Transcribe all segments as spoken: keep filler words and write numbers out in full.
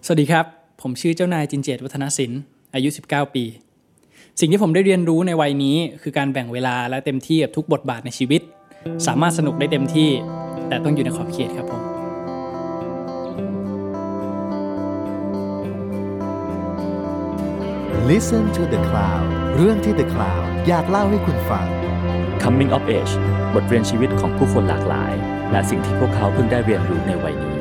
สวัสดีครับผมชื่อเจ้านายจินเจตวัฒนศิลป์อายุสิบเก้าปีสิ่งที่ผมได้เรียนรู้ในวัยนี้คือการแบ่งเวลาและเต็มที่กับทุกบทบาทในชีวิตสามารถสนุกได้เต็มที่แต่ต้องอยู่ในขอบเขตครับผม Listen to the Cloud เรื่องที่ The Cloud อยากเล่าให้คุณฟัง Coming of Age บทเรียนชีวิตของผู้คนหลากหลายและสิ่งที่พวกเขาเพิ่งได้เรียนรู้ในวัยนี้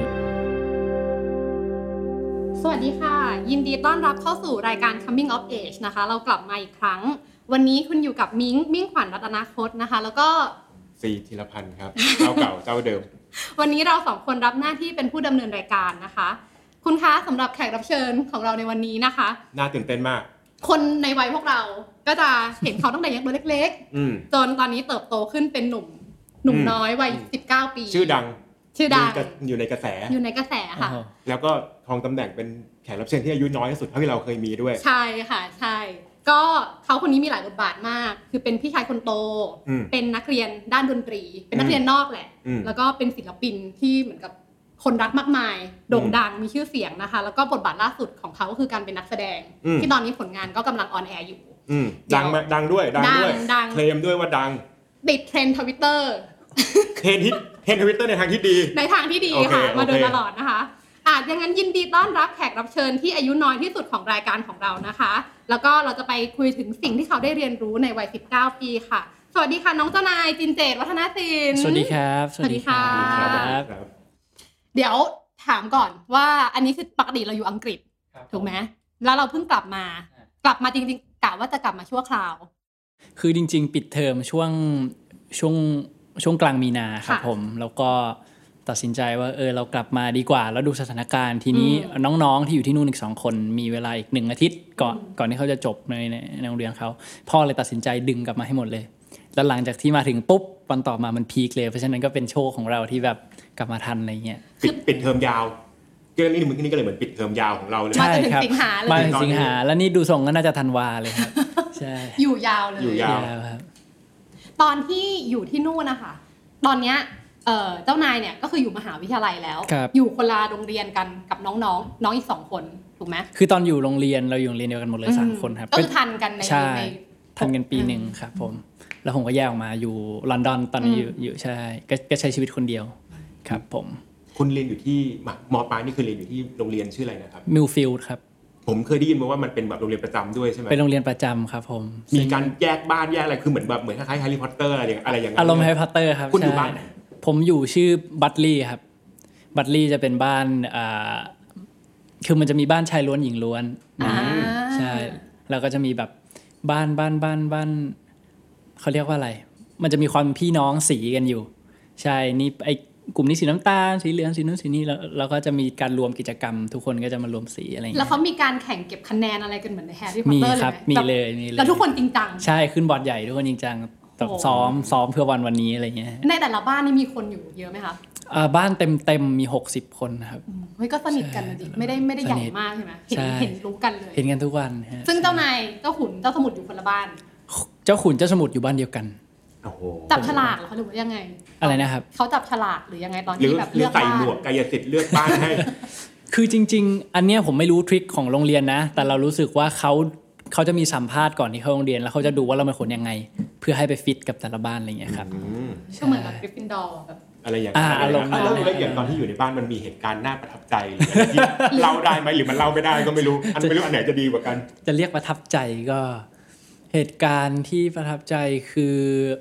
สวัสดีค่ะยินดีต้อนรับเข้าสู่รายการ Coming of Age นะคะเรากลับมาอีกครั้งวันนี้คุณอยู่กับมิ้งมิ้งขวัญรัตนาคตนะคะแล้วก็ซีธีรพันธ์ครับ เจ้าเก่าเจ้าเดิมวันนี้เราสองคนรับหน้าที่เป็นผู้ดำเนินรายการนะคะคุณคะสำหรับแขกรับเชิญของเราในวันนี้นะคะน่าตื่นเต้นมากคนในวัยพวกเราก็จะเห็นเขาตั้งแต่ยังตัวเล็กๆจนตอนนี้เติบโตขึ้นเป็นหนุ่มหนุ่มน้อยวัยสิบเก้าปีชื่อดังชื่อดังอยู่ในกระแสอยู่ในกระแสค่ะแล้วก็ครองตำแหน่งเป็นแขกรับเชิญที่อายุน้อยที่สุดเท่าที่เราเคยมีด้วยใช่ค่ะใช่ก็เขาคนนี้มีหลายบทบาทมากคือเป็นพี่ชายคนโตเป็นนักเรียนด้านดนตรีเป็นนักเรียนนอกแหละแล้วก็เป็นศิลปินที่เหมือนกับคนรักมากมายโด่งดังมีชื่อเสียงนะคะแล้วก็บทบาทล่าสุดของเขาก็คือการเป็นนักแสดงที่ตอนนี้ผลงานก็กำลังออนแอร์อยู่ดังดังด้วยดังด้วยเคลมด้วยว่าดังติดเทรนด์ Twitter เทรนด์ฮิตเทรนด์ Twitter ในทางที่ดีในทางที่ดีค่ะมาโดยตลอดนะคะอ่ะอย่างนั้นยินดีต้อนรับแขกรับเชิญที่อายุน้อยที่สุดของรายการของเรานะคะแล้วก็เราจะไปคุยถึงสิ่งที่เขาได้เรียนรู้ในวัยสิบเก้าปีค่ะสวัสดีค่ะน้องเจ้านายจินเจตวัฒนศิลป์สวัสดีครับสวัสดีครับเดี๋ยวถามก่อนว่าอันนี้คือปกติเราอยู่อังกฤษถูกไหมแล้วเราเพิ่งกลับมากลับมาจริงๆกะว่าจะกลับมาชั่วคราวคือจริงๆปิดเทอมช่วงช่วงช่วงกลางมีนาครับผมแล้วก็ตัดสินใจว่าเออเรากลับมาดีกว่าแล้วดูสถานการณ์ทีนี้น้องๆที่อยู่ที่นู่นอีกสองคนมีเวลาอีกหนึ่งอาทิตย์ก่อนก่อนที่เขาจะจบในในโรงเรียนเขาพ่อเลยตัดสินใจดึงกลับมาให้หมดเลยแล้วหลังจากที่มาถึงปุ๊บวันต่อมามันพีคเลยเพราะฉะนั้นก็เป็นโชคของเราที่แบบกลับมาทันอะไรเงี้ยปิดปิดเทอมยาวก็นี่มึงนี่ก็เลยเหมือนปิดเทอมยาวของเราเลยมาถึงสิงหาเลยมาถึงสิงหาแล้วนี่ดูทรงก็น่าจะธันวาเลยครับใช่อยู่ยาวเลยอยู่ยาวครับตอนที่อยู่ที่นู่นนะคะตอนเนี้ยเอ่อเจ้านายเนี่ยก็คืออยู่มหาวิทยาลัยแล้วอยู่คนละโรงเรียนกันกับน้องๆ น, น้องอีกสองคนถูกไหมคือตอนอยู่โรงเรียนเราอยู่โรงเรียนเดียวกันหมดเลยสามคนครับก็คือทันกันในในทันกันปีนึงครับผมแล้วผมก็แยกออกมาอยู่ลอนดอนตอนนี้อยู่อยู่ใช่ก็ใช้ชีวิตคนเดียวครับผมคุณเรียนอยู่ที่ม.ปลายนี่คือเรียนอยู่ที่โรงเรียนชื่ออะไรนะครับมิลฟิลด์ครับผมเคยได้ยินมาว่ามันเป็นแบบโรงเรียนประจำด้วยใช่ไหมเป็นโรงเรียนประจำครับผมมีการแยกบ้านแยกอะไรคือเหมือนแบบเหมือนคล้ายๆแฮร์รี่พอตเตอร์อะไรอย่างอะไรอย่างเงี้ยอารมณ์แฮร์รี่พอตเตอร์ครับคุณอยู่บ้านไหนผมอยู่ชื่อบัตลี่ครับบัตลี่จะเป็นบ้านอ่าคือมันจะมีบ้านชายล้วนหญิงล้วนใช่แล้วก็จะมีแบบบ้านบ้านบ้านบ้านเขาเรียกว่าอะไรมันจะมีความพี่น้องสีกันอยู่ใช่นี่ไอ้กลุ่มนี้สีน้ำตาลสีเหลืองสีนู้นสีนี้แล้วแล้วก็จะมีการรวมกิจกรรมทุกคนก็จะมารวมสีอะไรอย่างเงี้ยแล้วเขามีการแข่งเก็บคะแนนอะไรกันเหมือนในแฮร์รี่พอตเตอร์เลยไหมมีเลยมีเลยแล้วทุกคนจริงจังใช่ขึ้นบอร์ดใหญ่ทุกคนจริงจังซ้อมซ้อมเพื่อวันวันนี้อะไรเงี้ยในแต่ละบ้านนี่มีคนอยู่เยอะไหมคะอ่าบ้านเต็มๆมีหกสิบคนครับเฮ้ยก็สนิทกันจริงไม่ได้ไม่ได้ใหญ่มากใช่ไหมเห็นเห็นรู้กันเลยเห็นกันทุกวันซึ่งเจ้านายเจ้าขุนเจ้าสมุทรอยู่คนละบ้านเจ้าขุนเจ้าสมุทรอยู่บ้านเดียวกันจับฉลากเหรอคะหรือว่ายังไงอะไรนะครับเขาจับฉลากหรือยังไงตอนที่แบบเลือกใส่หมวกกายสิทธิ์เลือกบ้านให้คือจริงๆอันเนี้ยผมไม่รู้ทริคของโรงเรียนนะแต่เรารู้สึกว่าเขาเขาจะมีสัมภาษณ์ก่อนที่เข้าโรงเรียนแล้วเขาจะดูว่าเราเป็นคนยังไงเพื่อให้ไปฟิตกับแต่ละบ้านอะไรอย่างเงี้ยครับก็เหมือนแบบกริฟฟินดอร์แบบอะไรอย่างเงี้ยอารมณ์แล้วละเอียดตอนที่อยู่ในบ้านมันมีเหตุการณ์น่าประทับใจที่เล่าได้ไหมหรือมันเล่าไม่ได้ก็ไม่รู้อันไม่รู้อันไหนจะดีกว่ากันจะเรียกประทับใจก็เหตุการณ์ที่ประทับใจคือ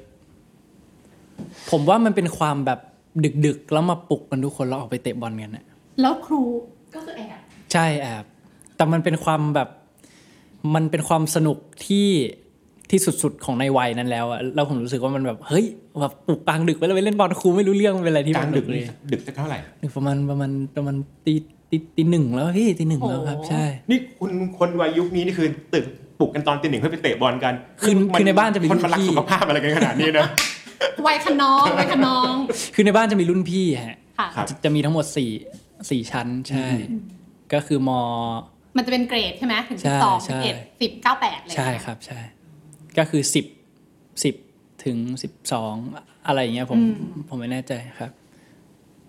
ผมว่ามันเป็นความแบบดึกๆแล้วมาปลุกกันทุกคนแล้วออกไปเตะบอลกันน่ะแล้วครูก็คือแอบใช่แอบแต่มันเป็นความแบบมันเป็นความสนุกที่ที่สุดๆของในวัยนั้นแล้วอ่ะแล้วผมรู้สึกว่ามันแบบเฮ้ยแบบปลุกกลางดึกไปแล้วไปเล่นบอลครูไม่รู้เรื่องเป็นอะไรที่กลางดึกเลยดึกสักเท่าไหร่ดึกประมาณประมาณประมาณตีตีตีหนึ่งแล้วพี่ตีหนึ่งแล้วครับใช่นี่คุณคนวัยยุคนี้นี่คือตื่นปลุกกันตอนตีหนึ่งเพื่อไปเตะบอลกันคือคือในบ้านจะมีคนมารักสุขภาพอะไรกันขนาดนี้นะวัยขนองวัยขนองคือในบ้านจะมีรุ่นพี่ฮะจะ, จะมีทั้งหมดสี่ สี่ชั้นใช่ก็คือมมันจะเป็นเกรดใช่ไหมถึงสิบสอง สิบเอ็ด สิบ เก้า แปดเลยใช่ครับใช่ก็คือสิบ สิบถึงสิบสองอะไรอย่างเงี้ยผมผมไม่แน่ใจครับ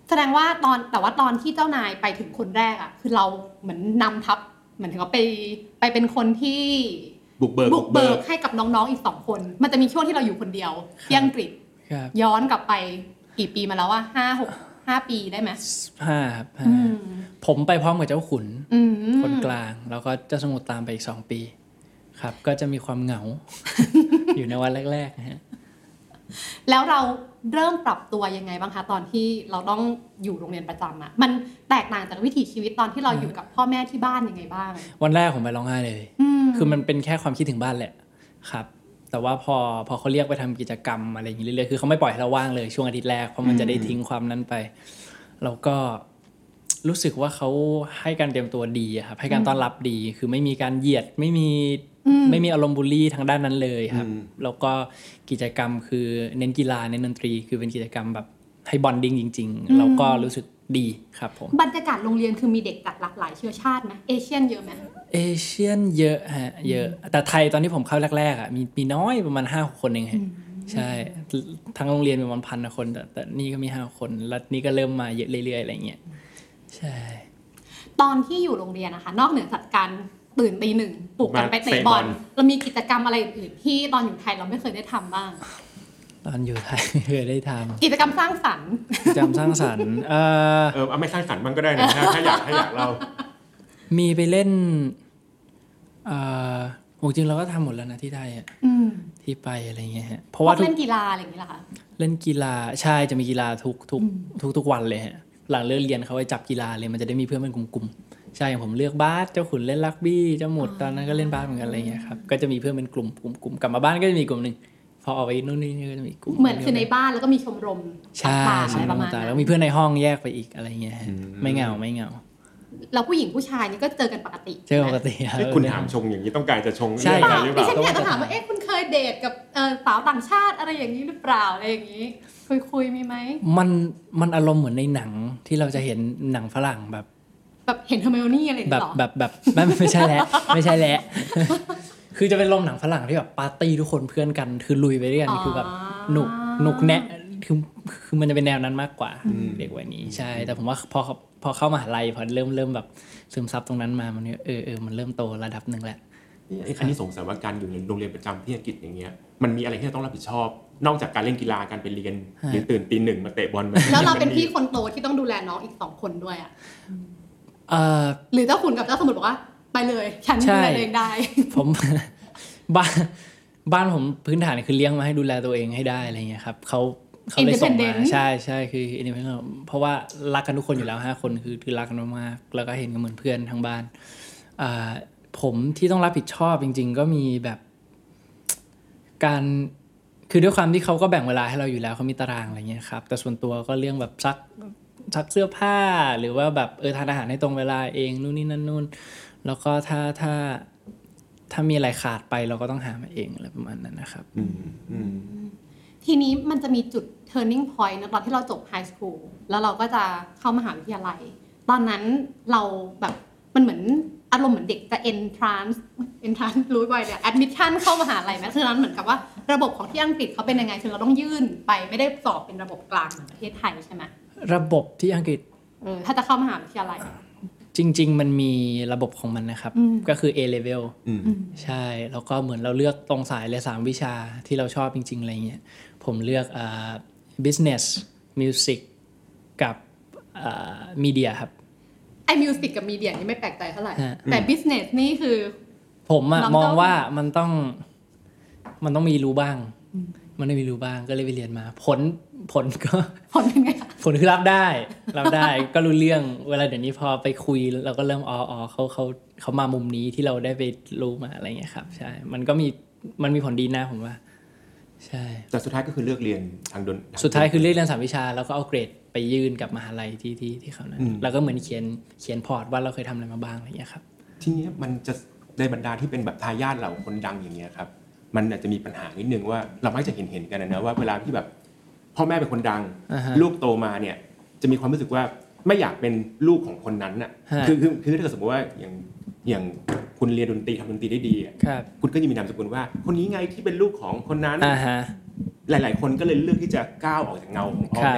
แสดงว่าตอนแต่ว่าตอนที่เจ้านายไปถึงคนแรกอ่ะคือเราเหมือนนำทัพเหมือนถึงว่าไปไปเป็นคนที่บุกเบิกบุกเบิกให้กับน้องๆอีกสองคนมันจะมีช่วงที่เราอยู่คนเดียวที่อังกฤษย้อนกลับไปกี่ปีมาแล้วว่าห้าหกห้าปีได้ไหมห้าครับผมไปพร้อมกับเจ้าขุนคนกลางแล้วก็เจ้าสมุทรตามไปอีกสองปีครับก็จะมีความเหงา อยู่ในวันแรกๆนะฮะแล้วเราเริ่มปรับตัวยังไงบ้างคะตอนที่เราต้องอยู่โรงเรียนประจำอ่ะมันแตกต่างจากวิถีชีวิตตอนที่เราอยู่กับพ่อแม่ที่บ้านยังไงบ้างวันแรกผมไปร้องไห้เลยคือมันเป็นแค่ความคิดถึงบ้านแหละครับแต่ว่าพอพอเขาเรียกไปทำกิจกรรมอะไรอย่างนี้เรื่อยๆคือเขาไม่ปล่อยให้เราว่างเลยช่วงอาทิตย์แรกเพราะมันจะได้ทิ้งความนั้นไปแล้วก็รู้สึกว่าเขาให้การเตรียมตัวดีครับให้การต้อนรับดีคือไม่มีการเหยียดไม่มีไม่มีอารมณ์บูลลี่ทางด้านนั้นเลยครับแล้วก็กิจกรรมคือเน้นกีฬาเน้นดนตรีคือเป็นกิจกรรมแบบให้บอนดิ้งจริงๆแล้วก็รู้สึกดีครับผมบรรยากาศโรงเรียนคือมีเด็กจากหลากหลายเชื้อชาติไหมเอเชียนเยอะไหมเอเชียนเยอะฮะเยอะแต่ไทยตอนที่ผมเข้าแรกๆอ่ะมีมีน้อยประมาณ ห้าหก คนเองฮะใช่ทั้งโรงเรียนมีประมาณพันคนแต่แต่นี่ก็มีห้าคนแล้วนี่ก็เริ่มมาเยอะเรื่อยๆอะไรเงี้ยใช่ตอนที่อยู่โรงเรียนนะคะนอกเหนือจากการตื่นตีหนึ่งปลุกกันไปเตะบอลเรามีกิจกรรมอะไรอื่นที่ตอนอยู่ไทยเราไม่เคยได้ทำบ้างตอนอยู่ไทยไม่เคยได้ทำกิจกรรมสร้างสรรค์กิจกรรมสร้างสรรค์เออเออเอาไม่สร้างสรรค์มันก็ได้นะถ้าอยากถ้าอยากเรามีไปเล่นเอ่อโหจริงเราก็ทำหมดแล้วนะที่ไทยอ่ะที่ไปอะไรเงี้ยฮะเพราะว่าเล่นกีฬาอะไรอย่างนี้เหรอคะเล่นกีฬาใช่จะมีกีฬาทุกทุกทุกทุกวันเลยฮะหลังเลิกเรียนเขาไปจับกีฬาเลยมันจะได้มีเพื่อนเป็นกลุ่มๆใช่อย่างผมเลือกบาสเจ้าขุนเล่นรักบี้เจ้าหมุดตอนนั้นก็เล่นบาสเหมือนกันอะไรเงี้ยครับก็จะมีเพื่อนเป็นกลุ่มกลุ่มกลุ่มกลับมาบ้านก็จะมีกลุ่มนึงพอออกไปนู่นนี่ก็จะมีกลุ่มเหมือนคือในบ้านแล้วก็มีชมรมต่างๆอะไรประมาณนั้นแล้วมีเพื่อนในห้องแยกไปอีกอะไรเงี้ยไม่เหงาไม่เหงาเราผู้หญิงผู้ชายนี่ก็เจอกันปกติเจอปกติครับคุณถามชงอย่างนี้ต้องการจะชงใช่ค่ะดิฉันอยากจะถามว่าเอ๊ะคุณเคยเดทกับสาวต่างชาติอะไรอย่างนี้หรือเปล่าอะไรอย่างนี้คุยคุยมีไหมมันมันอารมณ์เหมือนในหนังที่เราจะเห็นหนังฝรั่งแบบแบบเห็นเฮอร์ไมโอนี่อะไรอย่างนี้หรอแบบแบบแบบไม่ใช่แล้วไม่ใช่แล้วคือจะเป็นลมหนังฝรั่งที่แบบปาร์ตี้ทุกคนเพื่อนกันคือลุยไปด้วยกันคือแบบหนุกหนุกแนะคือคือมันจะเป็นแนวนั้นมากกว่าเด็กวัยนี้ใช่แต่ผมว่าพอพอเข้ามหาลัยพอเริ่มเริ่มแบบซึมซับตรงนั้นมามันเออเออมันเริ่มโตระดับนึงแหละอันนี้สงสัยว่าการอยู่ในโรงเรียนประจำที่อังกฤษอย่างเงี้ยมันมีอะไรที่เราต้องรับผิดชอบนอกจากการเล่นกีฬาการไปเรียนหรือตื่นตีหนึ่งมาเตะบอลแล้วเราเป็นพี่คนโตที่ต้องดูแลน้องอีกสองคนด้วยอ่ะหรือเจ้าขุนกับเจ้าสมุทรบอกว่าไปเลยฉันดูแลเองได้ผมบ้านบ้านผมพื้นฐานคือเลี้ยงมาให้ดูแลตัวเองให้ได้อะไรเงี้ยครับเขาเขาเลยส่งมาใช่ใช่คืออินดิเพนเดนต์เพราะว่ารักกันทุกคนอยู่แล้วห้าคนคือคือรักกันมากๆแล้วก็เห็นกันเหมือนเพื่อนทั้งบ้านอ่าผมที่ต้องรับผิดชอบจริงๆก็มีแบบการคือด้วยความที่เขาก็แบ่งเวลาให้เราอยู่แล้วเขามีตารางอะไรเงี้ยครับแต่ส่วนตัวก็เรื่องแบบซักซักเสื้อผ้าหรือว่าแบบเออทานอาหารให้ตรงเวลาเองนู่นนี่นั่นนู่นแล้วก็ถ้าถ้าถ้ามีอะไรขาดไปเราก็ต้องหามาเองอะไรประมาณนั้นนะครับทีนี้มันจะมีจุด turning point นะตอนที่เราจบ high school แล้วเราก็จะเข้ามหาวิทยาลัยตอนนั้นเราแบบมันเหมือนอารมณ์เหมือนเด็กจะ entrance entrance รู้ไว้เนี่ย admission เข้ามหาลัยไหมคือนั้นเหมือนกับว่าระบบของที่อังกฤษเขาเป็นยังไงคือเราต้องยื่นไปไม่ได้สอบเป็นระบบกลางเหมือนประเทศไทยใช่ไหมระบบที่อังกฤษเออถ้าจะเข้ามหาวิทยาลัยจริงๆมันมีระบบของมันนะครับก็คือ A level ใช่แล้วก็เหมือนเราเลือกตรงสายเลยสามวิชาที่เราชอบจริงๆอะไรเงี้ยผมเลือกอ่า business music กับอ่า media ครับไอ้ music กับ media นี่ไม่แปลกใจเท่าไหร่แต่ business นี่คือผมอะมองว่ามันต้องมันต้องมีรู้บ้างมันไม่มีรู้บ้างก็เลยไปเรียนมาผลผลก็ผลเป็นไงผลคือรับได้รับได้ก็รู้เรื่องเวลาเดี๋ยวนี้พอไปคุยเราก็เริ่มอ๋ออ๋อเขาเขาเขามามุมนี้ที่เราได้ไปรู้มาอะไรเงี้ยครับใช่มันก็มีมันมีผลดีนะผมว่าใช่แต่สุดท้ายก็คือเลือกเรียนทางดนสุดท้ายคือเลือกเรียนสามวิชาแล้วก็เอาเกรดไปยื่นกับมหาลัยที่ที่ที่เขานั้นแล้วก็เหมือนเขียนเขียนพอร์ตว่าเราเคยทำอะไรมาบ้างอะไรเงี้ยครับทีนี้มันจะในบรรดาที่เป็นแบบทายาทเหล่าคนดังอย่างเงี้ยครับมันอาจจะมีปัญหานิดนึงว่าเราไม่จะเห็นเห็นกันนะว่าเวลาที่แบบพ่อแม่เป็นคนดัง uh-huh. ลูกโตมาเนี่ยจะมีความรู้สึกว่าไม่อยากเป็นลูกของคนนั้นน่ะ uh-huh. คือคือคือถ้าเกิดสมมติว่าอย่างอย่างคุณเรียนดนตรีทำดนตรีได้ดีอ่ะคุณก็จะมีนามสกุลว่าคนนี้ไงที่เป็นลูกของคนนั้น uh-huh. หลายๆคนก็เลยเลือกที่จะก้าวออกจากเงาของพ่อแม่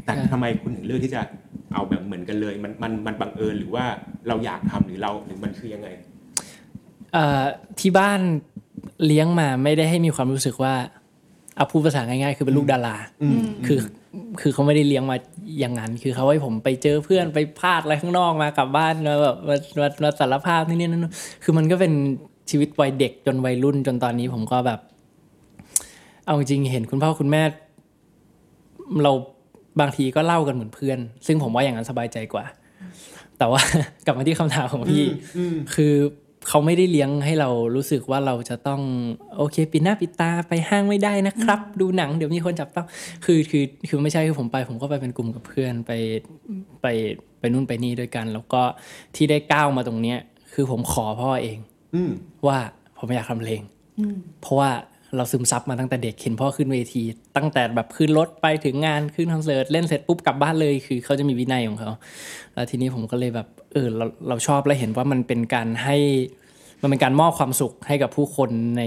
แต่ทำไมคุณถึงเลือกที่จะเอาแบบเหมือนกันเลยมันมันมันบังเอิญหรือว่าเราอยากทำหรือเราหรือมันคือยังไงเอ่อที่บ้านเลี้ยงมาไม่ได้ให้มีความรู้สึกว่าเอาพูดภาษาง่ายๆคือเป็นลูกดาราคือคือเขาไม่ได้เลี้ยงมาอย่างนั้นคือเขาให้ผมไปเจอเพื่อนไปพาดอะไรข้างนอกมากลับบ้านมาแบบมามาสารภาพนี่นี่นั่นคือมันก็เป็นชีวิตวัยเด็กจนวัยรุ่นจนตอนนี้ผมก็แบบเอาจริงเห็นคุณพ่อคุณแม่เราบางทีก็เล่ากันเหมือนเพื่อนซึ่งผมว่าอย่างนั้นสบายใจกว่าแต่ว่ากลับมาที่คำถามของพี่คือเขาไม่ได้เลี้ยงให้เรารู้สึกว่าเราจะต้องโอเคปิดหน้าปิดตาไปห้างไม่ได้นะครับดูหนังเดี๋ยวมีคนจับต้องคือคือคือไม่ใช่คือผมไปผมก็ไปเป็นกลุ่มกับเพื่อนไปไปไปนู่นไปนี่ด้วยกันแล้วก็ที่ได้ก้าวมาตรงเนี้ยคือผมขอพ่อเองว่าผมอยากทำเพลงเพราะว่าเราซึมซับมาตั้งแต่เด็กเห็นพ่อขึ้นเวทีตั้งแต่แบบขึ้นรถไปถึงงานขึ้นคอนเสิร์ตเล่นเสร็จปุ๊บกลับบ้านเลยคือเขาจะมีวินัยของเขาแล้วทีนี้ผมก็เลยแบบเออเราเราชอบและเห็นว่ามันเป็นการให้มันเป็นการมอบความสุขให้กับผู้คนใน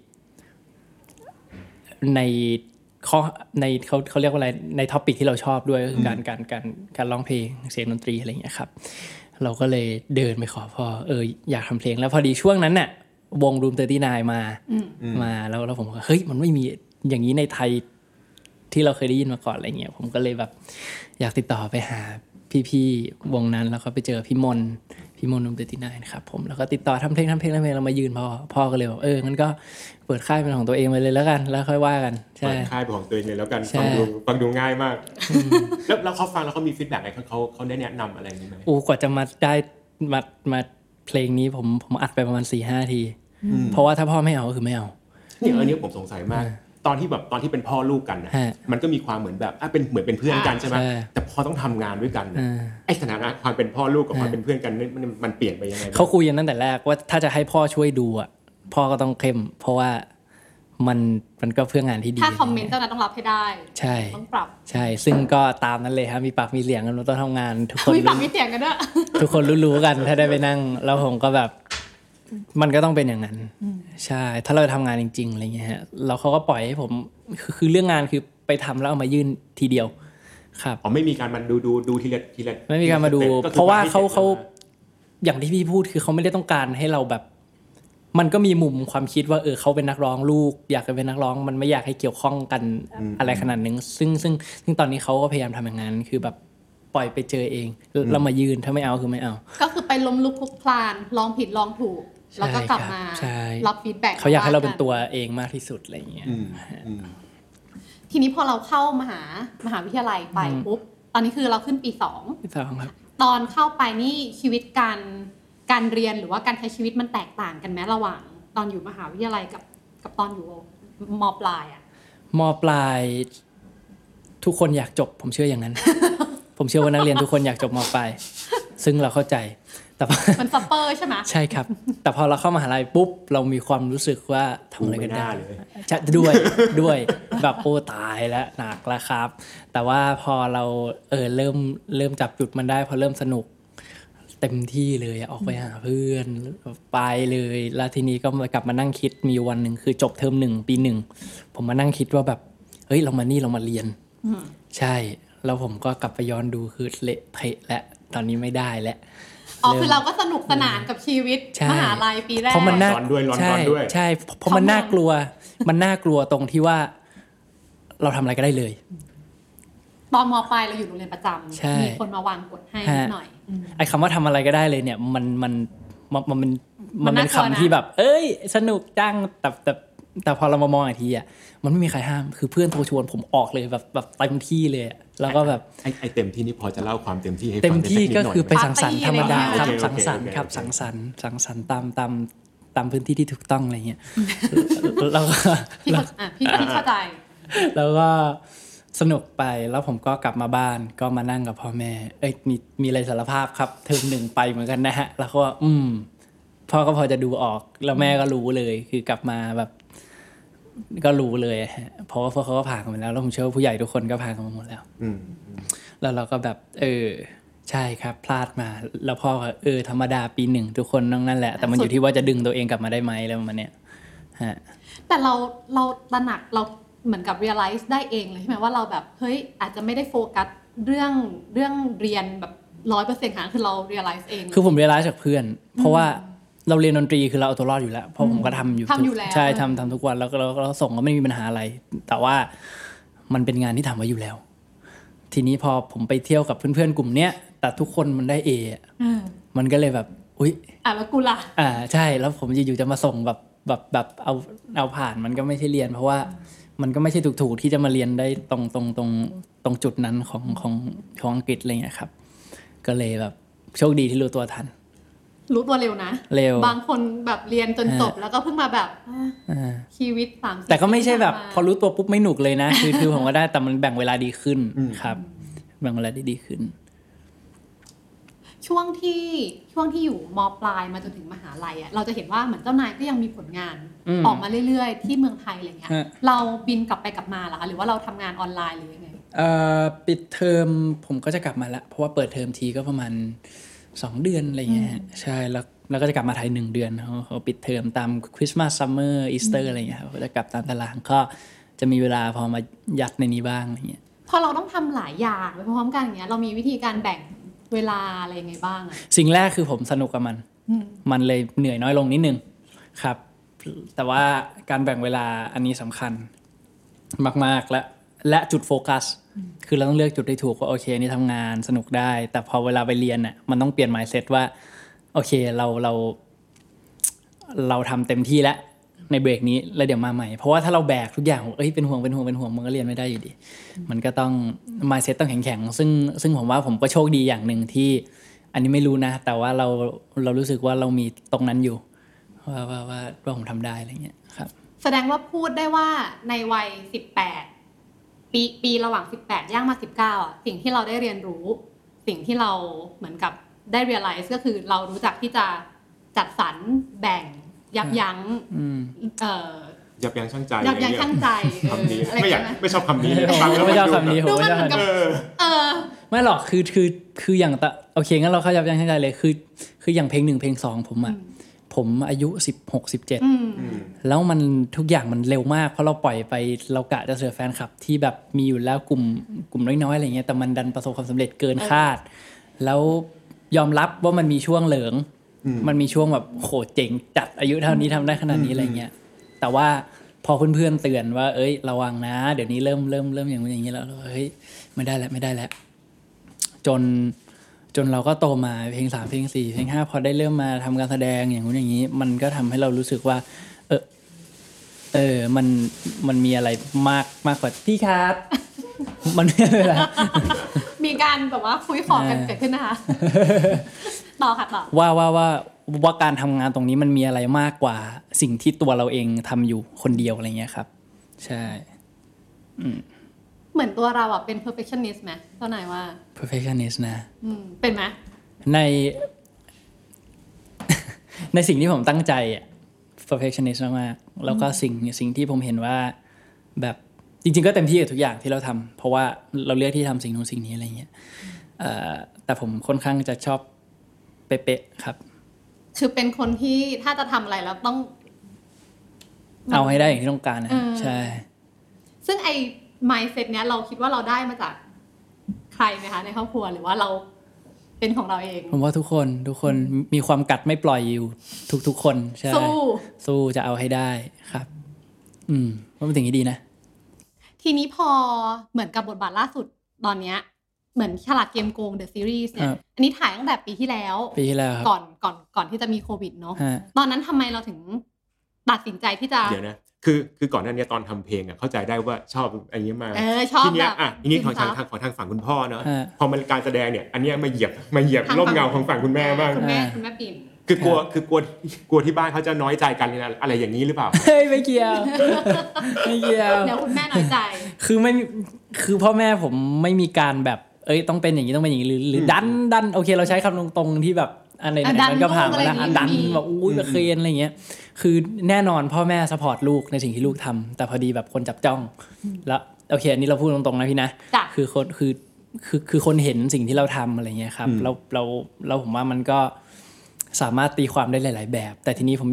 ในข้อในเขาเขาเรียกว่าอะไรในท็อปิกที่เราชอบด้วยก็คือการการการการร้องเพลงเสียงดนตรีอะไรอย่างเงี้ยครับเราก็เลยเดินไปขอพ่อเอออยากทำเพลงแล้วพอดีช่วงนั้นน่ะวง Room สามสิบเก้ามามาแล้วแล้วผมก็เฮ้ยมันไม่มีอย่างนี้ในไทยที่เราเคยได้ยินมาก่อนอะไรเงี้ยผมก็เลยแบบอยากติดต่อไปหาพี่ๆวงนั้นแล้วก็ไปเจอพี่มนพี่มน Room สามสิบเก้านะครับผมแล้วก็ติดต่อทำเพลงทำเพลงทำเพลงเรามายืนพ่อพ่อก็เลยบอกเอองั้นก็เปิดค่ายเป็นของตัวเองไปเลยแล้วกันแล้วค่อยว่ากันใช่เปิดค่ายเป็นของตัวเองเลยแล้วกันฟังดูฟังดูง่ายมากแล้วแล้วเขาฟังแล้วเขามีฟีดแบ็กอะไรเขาเขาได้แนะนำอะไรนี้ไหมโอ้กว่าจะมาได้มามาเพลงนี้ผมผมอัดไปประมาณ สี่ห้า ทีเพราะว่าถ้าพ่อไม่เอาก็คือไม่เอาเนี่ยอันนี้ผมสงสัยมากตอนที่แบบตอนที่เป็นพ่อลูกกันนะมันก็มีความเหมือนแบบอ่ะเป็นเหมือนเป็นเพื่อนกันใช่ไหมแต่พอต้องทำงานด้วยกันไอ้สถานะความเป็นพ่อลูกกับความเป็นเพื่อนกันมันมันเปลี่ยนไปยังไงเขาคุยกันตั้งแต่แรกว่าถ้าจะให้พ่อช่วยดูอ่ะพ่อก็ต้องเข้มเพราะว่ามันมันก็เพื่องานที่ดีถ้าคอมเมนต์เจ้านั้นต้องรับให้ได้ใช่ต้องปรับใช่ซึ่งก็ตามนั้นเลยครับมีปากมีเสียงกันต้องทำงานทุกคนมีปากมีเสียงกันด้วยทุกคนรู้ๆกันถ้าได้ไปนั่งแล้วผมก็แบบมันก็ต้องเป็นอย่างนั้นใช่ถ้าเราทำงานจริงๆอะไรเงี้ยฮะแล้วเขาก็ปล่อยให้ผมคือคือเรื่องงานคือไปทำแล้วเอามายื่นทีเดียวครับอ๋อไม่มีการมาดูดูดูทีละทีละไม่มีการมาดูเพราะว่าเขาเขาอย่างที่พี่พูดคือเขาไม่ได้ต้องการให้เราแบบมันก็มีมุมความคิดว่าเออเขาเป็นนักร้องลูกอยากจะเป็นนักร้องมันไม่อยากให้เกี่ยวข้องกันอะไรขนาดนึงซึ่งซึ่งซึ่งตอนนี้เขาก็พยายามทำอย่างนั้นคือแบบปล่อยไปเจอเองแล้วมายืนถ้าไม่เอาคือไม่เอาก็คือไปล้มลุกคลุกคลานลองผิดลองถูกแล้วก็กลับมารับฟีดแบ็กเขาอยากให้เราเป็นตัวเองมากที่สุดอะไรอย่างเงี้ยทีนี้พอเราเข้ามหามหาวิทยาลัยไปปุ๊บตอนนี้คือเราขึ้นปีสองปีสองครับตอนเข้าไปนี่ชีวิตการการเรียนหรือว่าการใช้ชีวิตมันแตกต่างกันไหมระหว่างตอนอยู่มหาวิทยาลัยกับกับตอนอยู่ม.ปลายอ่ะม.ปลายทุกคนอยากจบผมเชื่ออย่างนั้น ผมเชื่อว่านักเรียนทุกคนอยากจบม.ปลายซึ่งเราเข้าใจแต่มันซัปเปอร์ใช่ไหมใช่ครับแต่พอเราเข้ามหาลัยปุ๊บเรามีความรู้สึกว่าทำอะไรกันได้จะด้วยด้วยแบบโอ้ตายแล้วหนักแล้วครับแต่ว่าพอเราเออเริ่มเริ่มจับจุดมันได้พอเริ่มสนุกเต็มที่เลยออกไปหาเพื่อนไปเลยแล้วทีนี้ก็กลับมานั่งคิดมีวันหนึ่งคือจบเทอมหนึ่งปีหนึ่งผมมานั่งคิดว่าแบบเฮ้ยเรามานี่เรามาเรียนใช่แล้วผมก็กลับไปย้อนดูคือเละเทะและตอนนี้ไม่ได้แล้วอ๋อคือเราก็สนุกสนานกับชีวิตมหาลัยปีแรกเพราะมันน่าด้วยร้อนด้วยใช่เพราะมันน่ากลัวมันน่ากลัวตรงที่ว่าเราทำอะไรก็ได้เลยตอนม.ปลายเราอยู่โรงเรียนประจำมีคนมาวางกฎให้นิดหน่อยไอ้คำว่าทำอะไรก็ได้เลยเนี่ยมันมันมันมันมันเป็นคำที่แบบเอ้ยสนุกจังแต่แต่แต่พอเรามามองอีกทีอ่ะมันไม่มีใครห้ามคือเพื่อนโทรชวนผมออกเลยแบบแบบเต็มที่เลยแล้วก็แบบไอ้ไอ้เต็มที่นี่พอจะเล่าความเต็มที่ให้ฟังเต็มที่ก็คือไปสังสรรค์ธรรมดาครับสังสรรค์ครับสังสรรค์สังสรรค์ตามตามตามพื้นที่ที่ถูกต้องอะไรเงี้ยแล้วก็พี่พี่เข้าใจแล้วก็สนุกไปแล้วผมก็กลับมาบ้านก็มานั่งกับพ่อแม่เอ้ยมีมีอะไรสารภาพครับเทอมหนึ่งไปเหมือนกันนะฮะแล้วก็อืมพ่อก็พอจะดูออกแล้วแม่ก็รู้เลยคือกลับมาแบบก็รู้เลยฮะเพราะว่าพวกเขาก็ผ่านกันมาแล้วแล้วผมเชื่อว่าผู้ใหญ่ทุกคนก็ผ่านกันมาหมดแล้วแล้วเราก็แบบเออใช่ครับพลาดมาแล้วพ่อก็เออธรรมดาปีหนึ่งทุกคนนั่งนั่นแหละแต่มันอยู่ที่ว่าจะดึงตัวเองกลับมาได้ไหมแล้วมันเนี่ยฮะแต่เราเราตระหนักเราเหมือนกับ realize ได้เองเลยใช่ไหมว่าเราแบบเฮ้ยอาจจะไม่ได้โฟกัสเรื่องเรื่องเรียนแบบ ร้อยเปอร์เซ็นต์ ค่ะคือเรา realize เองคือผม realize จากเพื่อนเพราะว่าเราเรียนดนตรีคือเราเอาตัวรอดอยู่แล้วเพราะผมก็ทำอยู่ทำอยู่แล้วใช่ทำทำทุกวันแล้วก็เราส่งก็ไม่มีปัญหาอะไรแต่ว่ามันเป็นงานที่ทำไว้อยู่แล้วทีนี้พอผมไปเที่ยวกับเพื่อนๆกลุ่มเนี้ยแต่ทุกคนมันได้ A อ่ะมันก็เลยแบบอุ๊ยอ่ะแล้วกูล่ะอ่าใช่แล้วผมอยู่ๆจะมาส่งแบบแบบแบบเอาเอาผ่านมันก็ไม่ใช่เรียนเพราะว่ามันก็ไม่ใช่ถูกๆที่จะมาเรียนได้ตรงตรงตรงตรงจุดนั้นของของของอังกฤษอะไรเงี้ยครับก็เลยแบบโชคดีที่รู้ตัวทันรู้ตัวเร็วนะเร็วบางคนแบบเรียนจนจบแล้วก็เพิ่งมาแบบชีวิตสามสิบแต่ก็ไม่ใช่แบบพอรู้ตัวปุ๊บไม่หนุกเลยนะคือคือผมก็ได้แต่มันแบ่งเวลาดีขึ้นครับแบ่งเวลาได้ดีขึ้นช่วงที่ช่วงที่อยู่ม.ปลายมาจนถึงมหาลัยอ่ะเราจะเห็นว่าเหมือนเจ้านายก็ยังมีผลงานออกมาเรื่อยๆที่เมืองไทยอะไรเงี้ยเราบินกลับไปกลับมาเหรอคะหรือว่าเราทำงานออนไลน์หรือยังไงเอ่อปิดเทอมผมก็จะกลับมาละเพราะว่าเปิดเทอมทีก็ประมาณสองเดือนอะไรเงี้ยใช่แล้วแล้วก็จะกลับมาไทยหนึ่งเดือนเขาเขาปิดเทอมตามคริสต์มาสซัมเมอร์อีสเตอร์อะไรเงี้ยเขาจะกลับตามตารางก็จะมีเวลาพอมายัดในนี้บ้างอะไรเงี้ยพอเราต้องทำหลายอย่างไปพร้อมๆกันอย่างเงี้ยเรามีวิธีการแบ่งเวลาอะไรยังไงบ้างอ่ะสิ่งแรกคือผมสนุกกับมันมันเลยเหนื่อยน้อยลงนิดนึงครับแต่ว่าการแบ่งเวลาอันนี้สำคัญมากๆและและจุดโฟกัสคือเราต้องเลือกจุดได้ถูกว่าโอเคนี่ทำงานสนุกได้แต่พอเวลาไปเรียนน่ะมันต้องเปลี่ยน mindset ว่าโอเคเราเราเราทำเต็มที่แล้วในเบรกนี้แล้วเดี๋ยวมาใหม่เพราะว่าถ้าเราแบกทุกอย่างเอ้ยเป็นห่วงเป็นห่วงเป็นห่วงมันก็เรียนไม่ได้อยู่ดีมันก็ต้อง mindset ต้องแข็งๆซึ่งซึ่งผมว่าผมก็โชคดีอย่างนึงที่อันนี้ไม่รู้นะแต่ว่าเราเรารู้สึกว่าเรามีตรงนั้นอยู่ว่าว่าว่าว่าผมทำได้อะไรเงี้ยครับแสดงว่าพูดได้ว่าในวัยสิบแปดปีปีระหว่างสิบแปดย่างมาสิบเก้าอ่ะสิ่งที่เราได้เรียนรู้สิ่งที่เราเหมือนกับได้ realize ก็คือเรารู้จักที่จะจัดสรรแบ่งยับยั้งเอ่อยับยั้งชั่งใจยับยั้งชั่งใจคำนี้ไม่อยากไม่ชอบคำนี้ฟังแล้วไม่ชอบคำนี้ผมไม่ชอบคำนี้เออไม่หรอกคือคือคืออย่างโอเคงั้นเราเข้ายับยั้งชั่งใจเลยคือคืออย่างเพลงหนึ่งเพลงสองผมอ่ะผมอายุสิบหก สิบเจ็ดแล้วมันทุกอย่างมันเร็วมากเพราะเราปล่อยไปเรากะจะเสิร์ฟแฟนคลับที่แบบมีอยู่แล้วกลุ่มกลุ่มน้อยๆอะไรเงี้ยแต่มันดันประสบความสำเร็จเกินคาดแล้วยอมรับว่ามันมีช่วงเหลิงมันมีช่วงแบบโหเจ๋งจัดอายุเท่านี้ทำได้ขนาดนี้อะไรเงี้ยแต่ว่าพอเพื่อนๆเตือนว่าเอ้ยระวังนะเดี๋ยวนี้เริ่มเริ่มเริ่มอย่างนี้อย่างนี้แล้วเฮ้ยไม่ได้แล้วไม่ได้แล้วจนจนเราก็โตมาเพลงสามเพลงสี่เพลงห้าพอได้เริ่มมาทำการแสดงอย่างนู้นอย่างนี้มันก็ทำให้เรารู้สึกว่าเออเออมันมันมีอะไรมากมากกว่าพี่ครับมันไม่อะไรมีการแบบว่าคุยขอกันเกิดขึ้นนะคะต่อค่ะต่อว่าว่าว่าว่าการทำงานตรงนี้มันมีอะไรมากกว่าสิ่งที่ตัวเราเองทำอยู่คนเดียวอะไรเงี้ยครับใช่อืมเหมือนตัวเราอ่ะเป็น perfectionist ไหมเจ้านายว่า perfectionist นะอืมเป็นไหมใน ในสิ่งที่ผมตั้งใจอ่ะ perfectionist มากๆแล้วก็สิ่งสิ่งที่ผมเห็นว่าแบบจริงๆก็เต็มที่กับทุกอย่างที่เราทำเพราะว่าเราเลือกที่ทำสิ่งนู้นสิ่งนี้อะไรเงี้ยแต่ผมค่อนข้างจะชอบเป๊ะๆครับคือเป็นคนที่ถ้าจะทำอะไรแล้วต้องเอาให้ได้อย่างที่ต้องการนะใช่ซึ่งไอ้ mindset เนี้ยเราคิดว่าเราได้มาจากใครไหมคะในครอบครัวหรือว่าเราเป็นของเราเองผมว่าทุกคนทุกคนมีความกัดไม่ปล่อยอยู่ทุกๆคนใช่สู้สู้จะเอาให้ได้ครับอืมว่าเป็นสิ่งที่ดีนะทีนี้พอเหมือนกับบทบาทล่าสุดตอนเนี้ยเหมือนฉลาดเกมโกง The Series เนี่ยอันนี้ถ่ายตั้งแต่ปีที่แล้วปีที่แล้วก่อนก่อนก่อนที่จะมีโควิดเนาะตอนนั้นทำไมเราถึงตัดสินใจที่จะเดี๋ยวนะคือคือก่อนหน้านี้ตอนทำเพลงอ่ะเข้าใจได้ว่าชอบอันนี้มาเออชอบทีนี้อ่ะทีนี้ของทางของทางฝั่งคุณพ่อเนาะพอมันการแสดงเนี่ยอันนี้มาเหยียบมาเหยียบร่มเงาของฝั่งคุณแม่บ้างคุณแม่คุณแม่ปิ่นคือกลัวคือกลัวกลัวที่บ้านเขาจะน้อยใจกันอะไรอย่างนี้หรือเปล่าเฮ้ยไม่เกี่ยวไม่เกี่ยวเดี๋ยวคุณแม่น้อยใจคือไม่คือพ่อแม่ผมไม่มีการแบบเอ้ยต้องเป็นอย่างนี้ต้องเป็นอย่างนี้หรือหรือดันดันโอเคเราใช้คำตรงๆที่แบบอะไรไหนมันก็ผ่านมาแล้วดันแบบอุ้ยแบบเคลียนอะไรเงี้ยคือแน่นอนพ่อแม่ซัพพอร์ตลูกในสิ่งที่ลูกทำแต่พอดีแบบคนจับจ้องแล้วโอเคอันนี้เราพูดตรงๆนะพี่นะคือคนคือคือคือคนเห็นสิ่งที่เราทำอะไรเงี้ยครับแล้วเราเราผมว่ามันก็สามารถตีความได้หลายๆแบบแต่ทีนี้ผมอยาก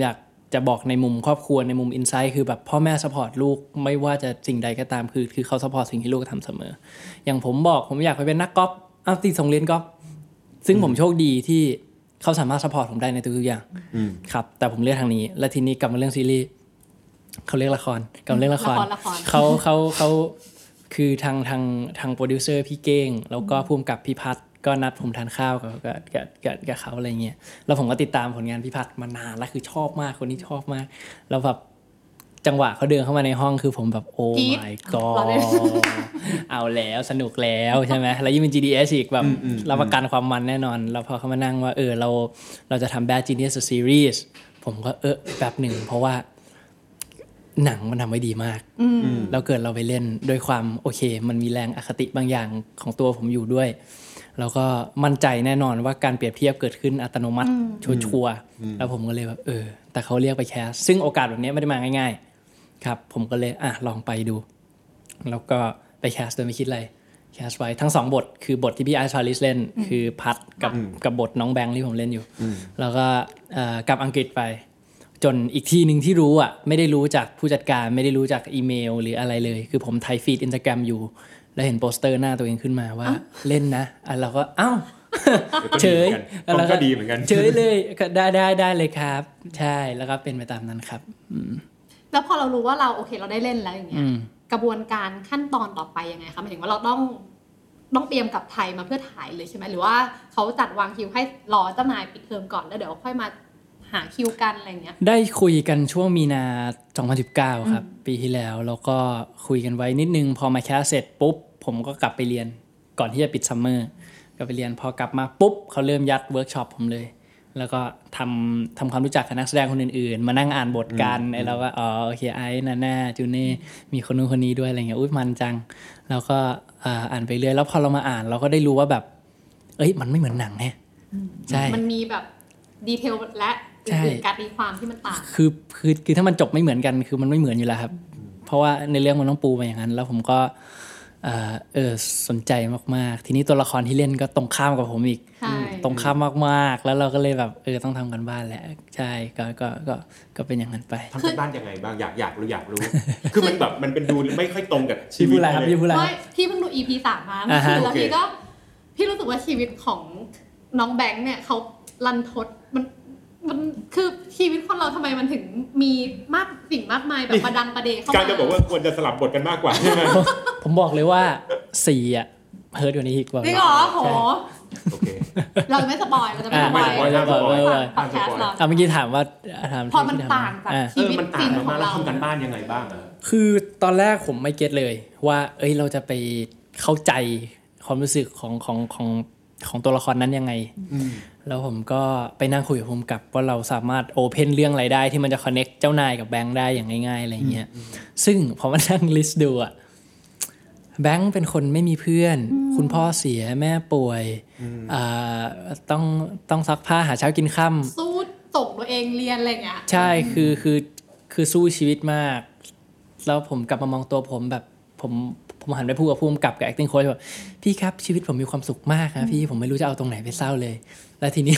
จะบอกในมุมครอบครัวในมุมอินไซต์คือแบบพ่อแม่ซัพพอร์ตลูกไม่ว่าจะสิ่งใดก็ตามคือคือเขาซัพพอร์ตสิ่งที่ลูกทำเสมออย่างผมบอกผมอยากไปเป็นนักกอล์ฟเอาติดส่งเรียนกอล์ฟซึ่งผมโชคดีที่เขาสามารถซัพพอร์ตผมได้ในทุกๆอย่างครับแต่ผมเลือกทางนี้และทีนี้กลับมาเรื่องซีรีส์เขาเรียกละครกลับมาเรื่องละครเขาเขาเขาคือทางทางทางโปรดิวเซอร์พี่เก้งแล้วก็ผู้กำกับพี่พัฒน์ก็นัดผมทานข้าวกับกับกับกับเขาอะไรเงี้ยแล้วผมก็ติดตามผลงานพี่พัฒน์มานานแล้วคือชอบมากคนนี้ชอบมากแล้วแบบจังหวะเขาเดินเข้ามาในห้องคือผมแบบโอ้ my god เอาแล้วสนุกแล้วใช่ไหมแล้วยิ่งเป็น จี ดี เอส อีกแบบรับประกันความมันแน่นอนแล้วพอเขามานั่งว่าเออเราเราจะทำ Bad Genius Series ผมก็เออแบบหนึ่งเพราะว่าหนังมันทำไว้ดีมากแล้วเกิดเราไปเล่นด้วยความโอเคมันมีแรงอคติบางอย่างของตัวผมอยู่ด้วยแล้วก็มั่นใจแน่นอนว่าการเปรียบเทียบเกิดขึ้นอัตโนมัติชัวร์ๆแล้วผมก็เลยแบบเออแต่เขาเรียกไปแคสซึ่งโอกาสแบบนี้ไม่ได้มาง่ายๆครับผมก็เลยอ่ะลองไปดูแล้วก็ไปแคสโดยไม่คิดอะไรแคสไว้ทั้งสองบทคือบทที่พี่ไอซ์พาริสเล่นคือพัดกับกับบทน้องแบงค์ที่ผมเล่นอยู่แล้วก็กลับอังกฤษไปจนอีกทีนึงที่รู้อ่ะไม่ได้รู้จากผู้จัดการไม่ได้รู้จากอีเมลหรืออะไรเลยคือผมไถฟีด Instagram อยู่แล้วเห็นโปสเตอร์หน้าตัวเองขึ้นมาว่าเล่นนะอ่ะเราก็เอ้าเฉยแล้วก็ดีเหมือนกันเฉยเลยก็ได้ได้ได้เลยครับใช่แล้วก็เป็นไปตามนั้นครับแล้วพอเรารู้ว่าเราโอเคเราได้เล่นแล้วอย่างเงี้ยกระบวนการขั้นตอนต่อไปยังไงคะหมายถึงว่าเราต้องต้องเตรียมกลับไทยมาเพื่อถ่ายเลยใช่ไหมหรือว่าเขาจัดวางคิวให้รอเจ้านายปิดเทอมก่อนแล้วเดี๋ยวค่อยมาหาคิวกันอะไรเงี้ยได้คุยกันช่วงมีนาสองพันสิบเก้าครับปีที่แล้วแล้วก็คุยกันไว้นิดนึงพอมาแคสเสร็จปุ๊บผมก็กลับไปเรียนก่อนที่จะปิดซัมเมอร์ก็ไปเรียนพอกลับมาปุ๊บเขาเริ่มยัดเวิร์กช็อปผมเลยแล้วก็ทำทำความรู้จักกับนักแสดงคนอื่นๆมานั่งอ่านบทกันไอ้เราก็อ๋อโอเคไอ้นาน่าจูเน่มีคนนู้นคนนี้ด้วยอะไรเงี้ยอุ๊ยมันจังแล้วก็อ่านไปเรื่อยแล้วพอเรามาอ่านเราก็ได้รู้ว่าแบบเอ้ยมันไม่เหมือนหนังแฮะใช่มันมีแบบดีเทลและการตีความที่มันต่างคือคือคือถ้ามันจบไม่เหมือนกันคือมันไม่เหมือนอยู่แล้วครับเพราะว่าในเรื่องมันต้องปูมาอย่างนั้นแล้วผมก็เออเออสนใจมากๆทีนี้ตัวละครที่เล่นก็ตรงข้ามกับผมอีกตรงข้ามมากๆแล้วเราก็เลยแบบเออต้องทำกันบ้านแหละใช่ก็ก็ก็ก็เป็นอย่างนั้นไปทำกันบ้านยังไงบ้างอยากอยากรู้อยากรู้คือมันแบบมันเป็นดูไม่ค่อยตรงกับชีวิตเลยพี่พูดอะไรไม่พี่เพิ่งดู อี พี สามมาแล้วพี่ก็พี่รู้สึกว่าชีวิตของน้องแบงค์เนี่ยเขารันทดมันมันคือชีวิตคนเราทำไมมันถึงมีมากสิ่งมากมายแบบประดังประเดเข้ามาการจะบอกว่าควรจะสลับบทกันมากกว่าใช่ไหมผมบอกเลยว่าสี่อ่ะเฮิร์ตกว่านี้อีกว่าจริงเหรอโหโอเคเราไม่สปอยเราจะไม่สปอยไม่สปอยไม่สปอยพอดแคสต์เราอ่ะเมื่อกี้ถามว่าถามพอมันต่างจากชีวิตจริงของเราทำกันบ้านยังไงบ้างคือตอนแรกผมไม่เก็ตเลยว่าเอ้ยเราจะไปเข้าใจความรู้สึกของของของของตัวละครนั้นยังไงแล้วผมก็ไปนั่งคุยกับภูมิกับว่าเราสามารถโอเพนเรื่องอะไรได้ที่มันจะคอนเนคเจ้านายกับแบงค์ได้อย่างง่ายๆอะไรเงี้ยซึ่งพอมานั่งลิสต์ดูอะแบงค์เป็นคนไม่มีเพื่อนคุณพ่อเสียแม่ป่วยต้องต้องซักผ้าหาเช้ากินค่ำสู้ส่งตัวเองเรียนอะไรเงี้ยใช่คือคือคือสู้ชีวิตมากแล้วผมกลับมามองตัวผมแบบผมผมหันไปพูดกับผู้กำกับกับ acting coach ว่าพี่ครับชีวิตผมมีความสุขมากนะพี่ผมไม่รู้จะเอาตรงไหนไปเศร้าเลยแล้วทีนี้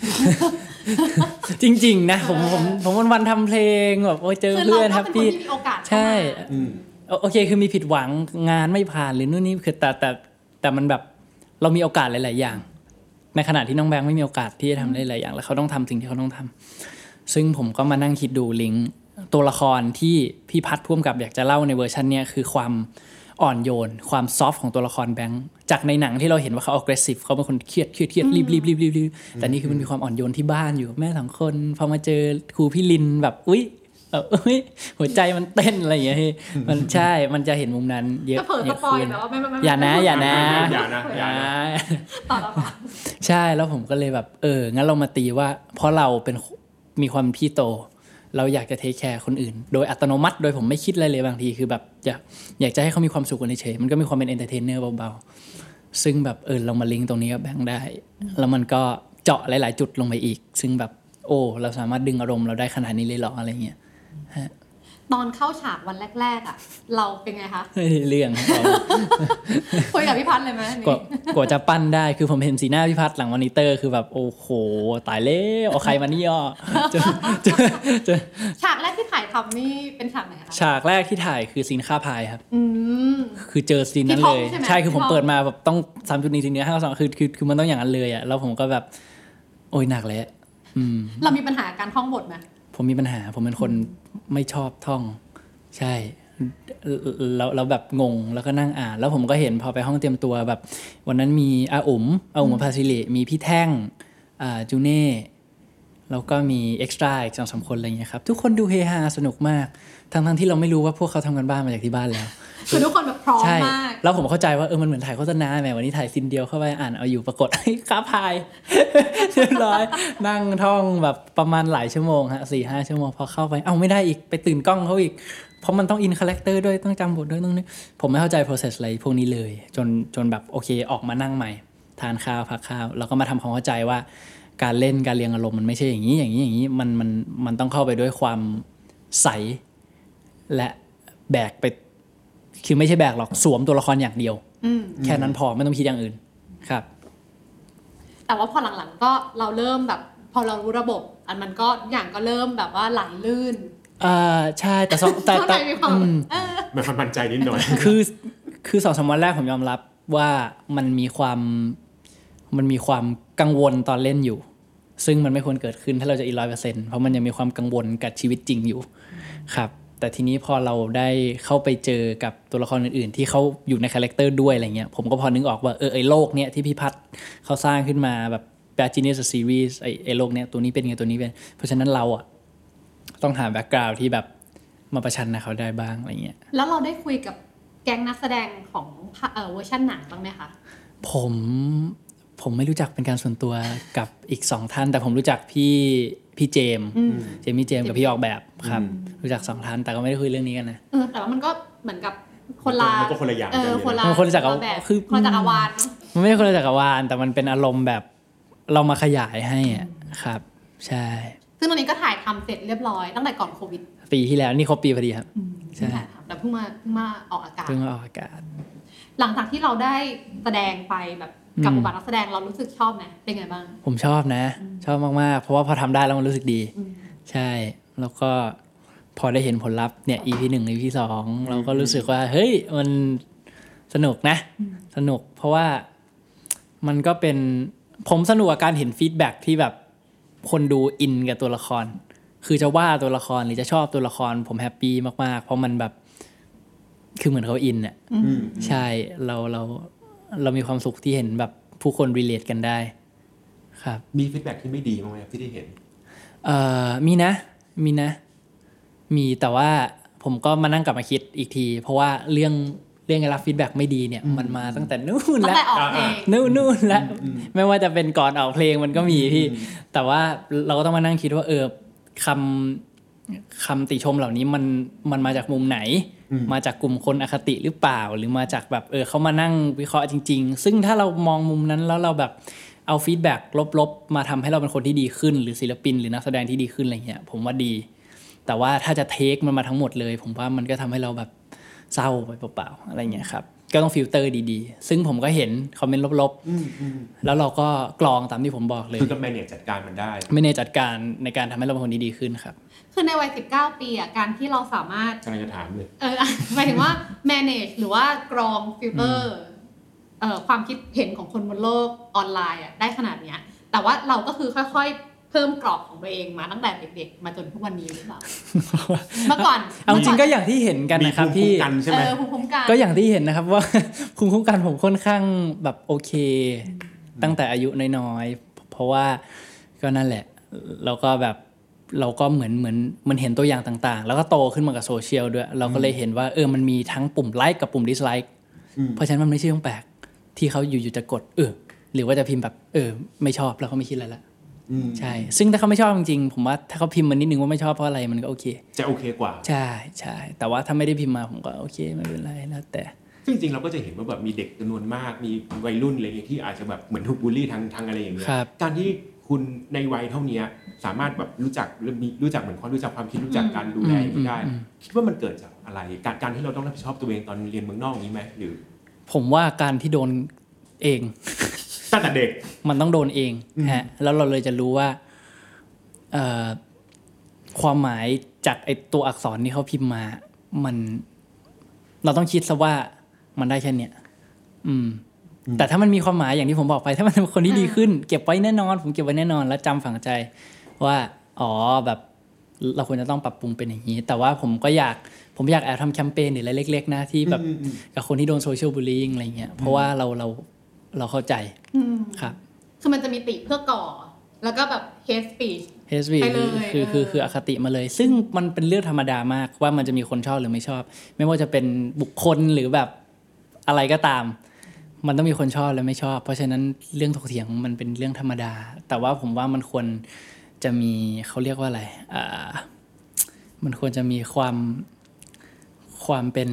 จริงๆนะผมผมผมวันๆทำเพลงแบบโอ้เจอเพื่อนครับพี่ใช่โอเคคือมีผิดหวังงานไม่ผ่านหรือนู่นนี่คือแต่แต่แต่มันแบบเรามีโอกาสหลายๆอย่างในขณะที่น้องแบงค์ไม่มีโอกาสที่จะทำได้หลายอย่างแล้วเขาต้องทำสิ่งที่เขาต้องทำซึ่งผมก็มานั่งคิดดูลิงก์ตัวละครที่พี่พัฒน์พ่วงกับอยากจะเล่าในเวอร์ชันเนี้ยคือความอ่อนโยนความซอฟต์ของตัวละครแบงค์จากในหนังที่เราเห็นว่าเขา aggressive เขาเป็นคนเครียดเครียดเครียดรีบรีบรีบรีบแต่นี่คือมันมีความอ่อนโยนที่บ้านอยู่แม่สองคนพอมาเจอครูพี่ลินแบบอุ๊ยแบบอุ๊ยหัวใจมันเต้นอะไรอย่างเงี้ยมันใช่มันจะเห็นมุมนั้นเยอะก็เผยสปอยล์แบบว่าไม่ไม่อย่านะอย่านะอย่านะอย่านะต่อต่อใช่แล้วผมก็เลยแบบเอองั้นเรามาตีว่าเพราะเราเป็นมีความพี่โตเราอยากจะเทคแคร์คนอื่นโดยอัตโนมัติโดยผมไม่คิดอะไรเลยบางทีคือแบบอยากอยากจะให้เขามีความสุขกันเฉยๆมันก็มีความเป็นเอนเตอร์เทนเนอร์เบาๆซึ่งแบบเออเรามาลิงก์ตรงนี้กับแบงค์ได้แล้วมันก็เจาะหลายๆจุดลงไปอีกซึ่งแบบโอ้เราสามารถดึงอารมณ์เราได้ขนาดนี้เลยหรออะไรเงี้ยฮะตอนเข้าฉากวันแรกๆอ่ะเราเป็นไงคะไม่ได้เรื่องคุยกับพี่พัฒน์เลยไหมกว่ากว่าจะปั้นได้คือผมเห็นสีหน้าพี่พัฒน์หลังมอนิเตอร์คือแบบโอ้โหตายแล้วเอาใครมานี่อ่ะฉากแรกที่ถ่ายทำนี่เป็นฉากไหนคะฉากแรกที่ถ่ายคือซีนฆ่าพายครับคือเจอซีนนั้นเลยใช่คือผมเปิดมาแบบต้องสามจุดนี้ซีนนี้ห้าสองคือคือคือมันต้องอย่างนั้นเลยอ่ะแล้วผมก็แบบโอ้ยหนักเลยเรามีปัญหาการท่องบทไหมผมมีปัญหาผมเป็นคนไม่ชอบท่องใช่แล้วแล้วแบบงงแล้วก็นั่งอ่านแล้วผมก็เห็นพอไปห้องเตรียมตัวแบบวันนั้นมีอาอุ๋มอาอุ๋มพาซิลิมีพี่แท่งอ่าจูเน่แล้วก็มีเอ็กซ์ตร้าอีกสองสามคนอะไรเงี้ยครับทุกคนดูเฮฮาสนุกมากทั้งทั้งที่เราไม่รู้ว่าพวกเขาทำกันบ้านมาจากที่บ้านแล้วคือทุกคนแบบพร้อมมากแล้วผมเข้าใจว่าเออมันเหมือนถ่ายโฆษณาแหมวันนี้ถ่ายซีนเดียวเข้าไปอ่านเอาอยู่ปรากฏค้าพายเรียบร้อยนั่งท่องแบบประมาณหลายชั่วโมงฮะ สี่ห้า ชั่วโมงพอเข้าไปเอ้าไม่ได้อีกไปตื่นกล้องเขาอีกเพราะมันต้องอินคาแรคเตอร์ด้วยต้องจำบทด้วยต้องนี่ผมไม่เข้าใจ process อะไรพวกนี้เลยจนจนแบบโอเคออกมานั่งใหม่ทานข้าวพักข้าวแล้วก็มาทำความเข้าใจว่าการเล่นการเรียงอารมณ์มันไม่ใช่อย่างนี้อย่างนี้อย่างนี้มันมันมันต้องเข้าไปด้วยความใสและแบกไปคือไม่ใช่แบกหรอกสวมตัวละครอย่างเดียวแค่นั้นพอไม่ต้องคิดอย่างอื่นครับแต่ว่าพอหลังๆก็เราเริ่มแบบพอเรารู้ระบบอันมันก็อย่างก็เริ่มแบบว่าไหลลื่นอ่าใช่แต่แต่แต่มันมั่นใจนิดหน่อยคือคือสองสามวันแรกผมยอมรับว่ามันมีความมันมีความกังวลตอนเล่นอยู่ซึ่งมันไม่ควรเกิดขึ้นถ้าเราจะอี ร้อยเปอร์เซ็นต์ เพราะมันยังมีความกังวลกับชีวิตจริงอยู่ครับแต่ทีนี้พอเราได้เข้าไปเจอกับตัวละครอื่นๆที่เขาอยู่ในคาแรคเตอร์ด้วยอะไรเงี้ยผมก็พอนึกออกว่าเออไอ้โลกเนี้ยที่พี่พัฒน์เขาสร้างขึ้นมาแบบ Genius Series ไอ้ไอ้โลกเนี้ยตัวนี้เป็นไงตัวนี้เป็นเพราะฉะนั้นเราอ่ะต้องหาแบ็คกราวด์ที่แบบมาประชันกับเขาได้บ้างอะไรเงี้ยแล้วเราได้คุยกับแก๊งนักแสดงของเอ่อเวอร์ชันหนังบ้างไหมคะผมผมไม่รู้จักเป็นการส่วนตัวกับอีกสองท่านแต่ผมรู้จักพี่พี่เจมเจมี่เจมกับพี่ออกแบบครับรู้จักสองท่านแต่ก็ไม่ได้คุยเรื่องนี้กันนะเออแต่ว่ามันก็เหมือนกับคนละมันก็คนละอย่างเออคนละคนละจักรวาลคือคนละจักรวาลมันไม่ใช่คนละจักรวาลแต่มันเป็นอารมณ์แบบเรามาขยายให้อ่ะครับใช่ซึ่งตอนนี้ก็ถ่ายทำเสร็จเรียบร้อยตั้งแต่ก่อนโควิดปีที่แล้วนี่ครบปีพอดีครับใช่แต่เพิ่งมาเพิ่งมาออกอากาศเพิ่งมาออกอากาศหลังจากที่เราได้แสดงไปแบบกับบทบาทนักแสดงเรารู้สึกชอบไหมเป็นไงบ้างผมชอบนะชอบมากๆเพราะว่าพอทำได้แล้วมันรู้สึกดีใช่แล้วก็พอได้เห็นผลลัพธ์เนี่ย อี พี หนึ่ง อี พี สองเราก็รู้สึกว่าเฮ้ยมันสนุกนะสนุกเพราะว่ามันก็เป็นผมสนุกกับการเห็นฟีดแบ็กที่แบบคนดูอินกับตัวละครคือจะว่าตัวละครหรือจะชอบตัวละครผมแฮปปี้มากๆเพราะมันแบบคือเหมือนเขาอินอ่ะใช่เราเราเรามีความสุขที่เห็นแบบผู้คนรีเลทกันได้ครับมีฟีดแบ็กที่ไม่ดีมั้ยครับที่ได้เห็นเอ่อมีนะมีนะมีแต่ว่าผมก็มานั่งกลับมาคิดอีกทีเพราะว่าเรื่องเรื่องการรับฟีดแบ็กไม่ดีเนี่ยมันมาตั้งแต่นู่นแล้วนู่นนู่นแล้วไม่ว่าจะเป็นก่อนออกเพลงมันก็มีพี่แต่ว่าเราก็ต้องมานั่งคิดว่าเออคำคำติชมเหล่านี้มันมันมาจากมุมไหนมาจากกลุ่มคนอคติหรือเปล่าหรือมาจากแบบเออเขามานั่งวิเคราะห์จริงๆซึ่งถ้าเรามองมุมนั้นแล้วเราแบบเอาฟีดแบ็กลบๆมาทำให้เราเป็นคนที่ดีขึ้นหรือศิลปินหรือนักแสดงที่ดีขึ้นอะไรเงี้ยผมว่าดีแต่ว่าถ้าจะเทคมันมาทั้งหมดเลยผมว่ามันก็ทำให้เราแบบเศร้าไปเปล่าๆอะไรเงี้ยครับก็ต้องฟิลเตอร์ดีๆซึ่งผมก็เห็นคอมเมนต์ลบๆแล้วเราก็กรองตามที่ผมบอกเลยคือก็แมเนจจัดการมันได้แมเนจจัดการในการทำให้เราเป็นคนที่ดีขึ้นครับคือในวัยสิบเก้าปีอ่ะการที่เราสามารถกำลังจะถามเลยเออหมายถึงว่า manage หรือว่ากรองฟิลเตอร์เอ่อความคิดเห็นของคนบนโลกออนไลน์อ่ะได้ขนาดเนี้ยแต่ว่าเราก็คือค่อยๆเพิ่มกรอบของตัวเองมาตั้งแต่เด็กๆมาจนทุกวันนี้หรือเปล่าเมื่อก่อนเอาจริงก็อย่างที่เห็นกันนะครับพี่เออภูมิคุ้มกันก็อย่างที่เห็นนะครับว่าภูมิคุ้มกันผมค่อนข้างแบบโอเคตั้งแต่อายุน้อยๆเพราะว่าก็นั่นแหละเราก็แบบเราก็เหมือนเหมือนมันเห็นตัวอย่างต่างๆแล้วก็โตขึ้นมากับโซเชียลด้วยเราก็เลยเห็นว่าเออมันมีทั้งปุ่มไลค์กับปุ่มดิสไลค์เพราะฉะนั้นมันไม่ใช่เรื่องแปลกที่เขาอยู่ๆจะกดเออหรือว่าจะพิมพ์แบบเออไม่ชอบแล้วเขาไม่คิดอะไรละใช่ซึ่งถ้าเขาไม่ชอบจริงๆผมว่าถ้าเขาพิมพ์มานิดนึงว่าไม่ชอบเพราะอะไรมันก็โอเคจะโอเคกว่าใช่ใช่แต่ว่าถ้าไม่ได้พิมพ์มาผมก็โอเคไม่เป็นไรแล้วแต่ซึ่งจริงๆเราก็จะเห็นว่าแบบมีเด็กจำนวนมากมีวัยรุ่นอะไรอย่างเงี้ยที่อาจจะแบบเหมือนถูกบูลลี่ทางทางอะไรอย่างเงี้ยการที่คคุณในวัยเท่านี้สามารถแบบรู้จักมีรู้จักเหมือนความรู้จักความคิดรู้จักการดูแลอย่างได้คิดว่ามันเกิดจากอะไรการการที่เราต้องรับผิดชอบตัวเองตอนเรียนเมืองนอกนี้ไหมหรือผมว่าการที่โดนเองตั้งแต่เด็กมันต้องโดนเองฮะแล้วเราเลยจะรู้ว่าเอ่อความหมายจากไอ้ตัวอักษรที่เขาพิมพ์มามันเราต้องคิดซะว่ามันได้แค่เนี้ยอืมแต่ถ้ามันมีความหมายอย่างที่ผมบอกไปถ้ามันเป็นคนที่ดีขึ้นเก็บไว้แน่นอนผมเก็บไว้แน่นอนแล้วจำฝังใจว่าอ๋อแบบเราควรจะต้องปรับปรุงเป็นอย่างนี้แต่ว่าผมก็อยากผมอยากแอบทำแคมเปญหรืออะไรเล็กๆนะที่แบบกับคนที่โดนโซเชียลบูลลี่อะไรเงี้ยเพราะว่าเราเราเราเข้าใจครับคือมันจะมีติเพื่อก่อแล้วก็แบบ hate speech hate speech คือคือคืออคติมาเลยซึ่งมันเป็นเรื่องธรรมดามากว่ามันจะมีคนชอบหรือไม่ชอบไม่ว่าจะเป็นบุคคลหรือแบบอะไรก็ตามมันต้องมีคนชอบและไม่ชอบเพราะฉะนั้นเรื่องถกเถียงมันเป็นเรื่องธรรมดาแต่ว่าผมว่ามันควรจะมีเขาเรียกว่าอะไรอ่ามันควรจะมีความความเป็น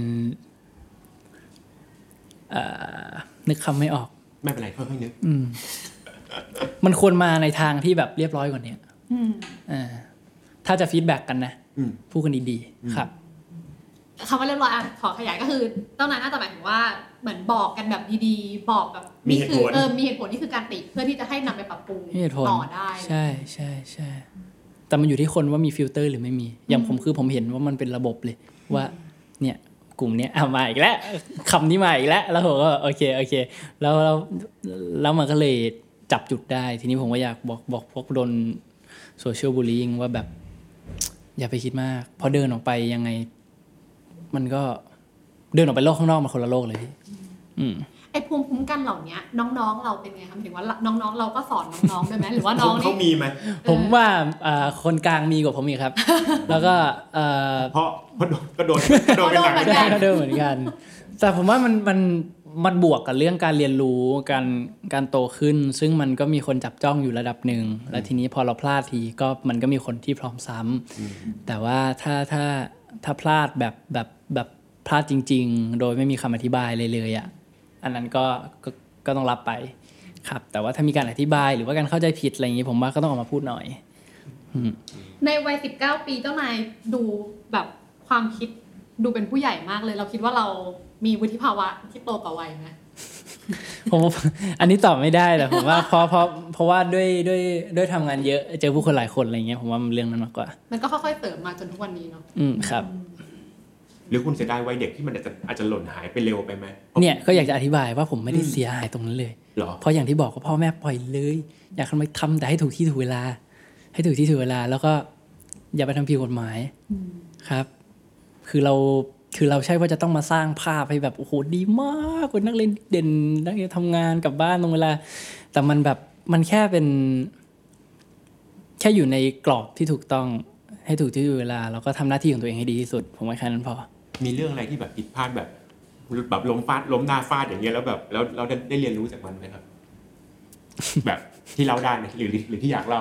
อ่านึกคำไม่ออกไม่เป็นไรค่อยๆนึกอืมมันควรมาในทางที่แบบเรียบร้อยกว่านี้อืมอ่าถ้าจะฟีดแบ็กกันนะพูดกันดีๆครับคำว่าเรียบร้อยอ่ะขอขยายก็คือตอนนั้นน่าจะหมายถึงว่าเหมือนบอกกันแบบดีๆบอกแบบนี่คือเออมีเหตุผลนี่คือการติเพื่อที่จะให้นำไปปรับปรุงต่อได้ใช่ใช่ใช่แต่มันอยู่ที่คนว่ามีฟิลเตอร์หรือไม่มีอย่างผมคือผมเห็นว่ามันเป็นระบบเลยว่าเนี่ยกลุ่มนี้เอามาอีกแล้วคำนี้มาอีกแล้วแล้วผมก็โอเคโอเคแล้วแล้วแล้วมันก็เลยจับจุดได้ทีนี้ผมก็อยากบอกบอกพวกโดนโซเชียลบูลลี่ว่าแบบอย่าไปคิดมากพอเดินออกไปยังไงมันก็เดินออกไปโลกข้างนอกมันคนละโลกเลยพี่อืมไอ้ภูมิคุ้มกันเหล่านี้น้องๆเราเป็นไงคะหมายถึงว่าน้องๆเราก็สอนน้องๆด้วยไหมหรือว่าน้องนี่เขามีไหมผมว่าคนกลางมีกว่าผมอีกครับแล้วก็เพราะก็โดนก็โดนเหมือนกันก็โดนเหมือนกันแต่ผมว่ามันมันมันบวกกับเรื่องการเรียนรู้การการโตขึ้นซึ่งมันก็มีคนจับจ้องอยู่ระดับหนึ่งแล้วทีนี้พอเราพลาดทีก็มันก็มีคนที่พร้อมซ้ำแต่ว่าถ้าถ้าถ้าพลาดแบบแบบแบบพลาดจริงๆโดยไม่มีคำอธิบายเลยเลยอ่ะอันนั้นก็ก็ก็ต้องรับไปครับแต่ว่าถ้ามีการอธิบายหรือว่าการเข้าใจผิดอะไรอย่างนี้ผมว่าก็ต้องออกมาพูดหน่อยในวัยสิบเก้าปีเจ้านายดูแบบความคิดดูเป็นผู้ใหญ่มากเลยเราคิดว่าเรามีวุฒิภาวะที่โตกว่าวัยไหมผมอันนี้ตอบไม่ได้แต่ผมว่าเพราะเพราะเพราะว่าด้วยด้วยด้วยทำงานเยอะเจอผู้คนหลายคนอะไรเงี้ยผมว่ามันเรื่องนั้นมากกว่ามันก็ค่อยๆเติมมาจนทุกวันนี้เนาะอืมครับหรือคุณเสียดายวัยเด็กที่มันอาจจะอาจจะหล่นหายไปเร็วไปไหมเนี่ยก็อยากจะอธิบายว่าผมไม่ได้เสียหายตรงนั้นเลยเพราะอย่างที่บอกว่าพ่อแม่ปล่อยเลยอยากทำไมทำแต่ให้ถูกที่ถูกเวลาให้ถูกที่ถูกเวลาแล้วก็อย่าไปทำผิดกฎหมายครับคือเราคือเราใช่ว่าจะต้องมาสร้างภาพให้แบบโอ้โหดีมากคนนักเรียนเด่นนักเรียนทำงานกลับบ้านตรงเวลาแต่มันแบบมันแค่เป็นแค่อยู่ในกรอบที่ถูกต้องให้ถูกที่ถูกเวลาแล้วก็ทำหน้าที่ของตัวเองให้ดีที่สุดผมว่าแค่นั้นพอมีเรื่องอะไรที่แบบผิดพลาดแบบแบบล้มฟาดล้มหน้าฟาดอย่างเงี้ยแล้วแบบแล้วเราได้ได้เรียนรู้จากมันไหมครับ แบบที่เล่าได้หรือหรือที่อยากเล่า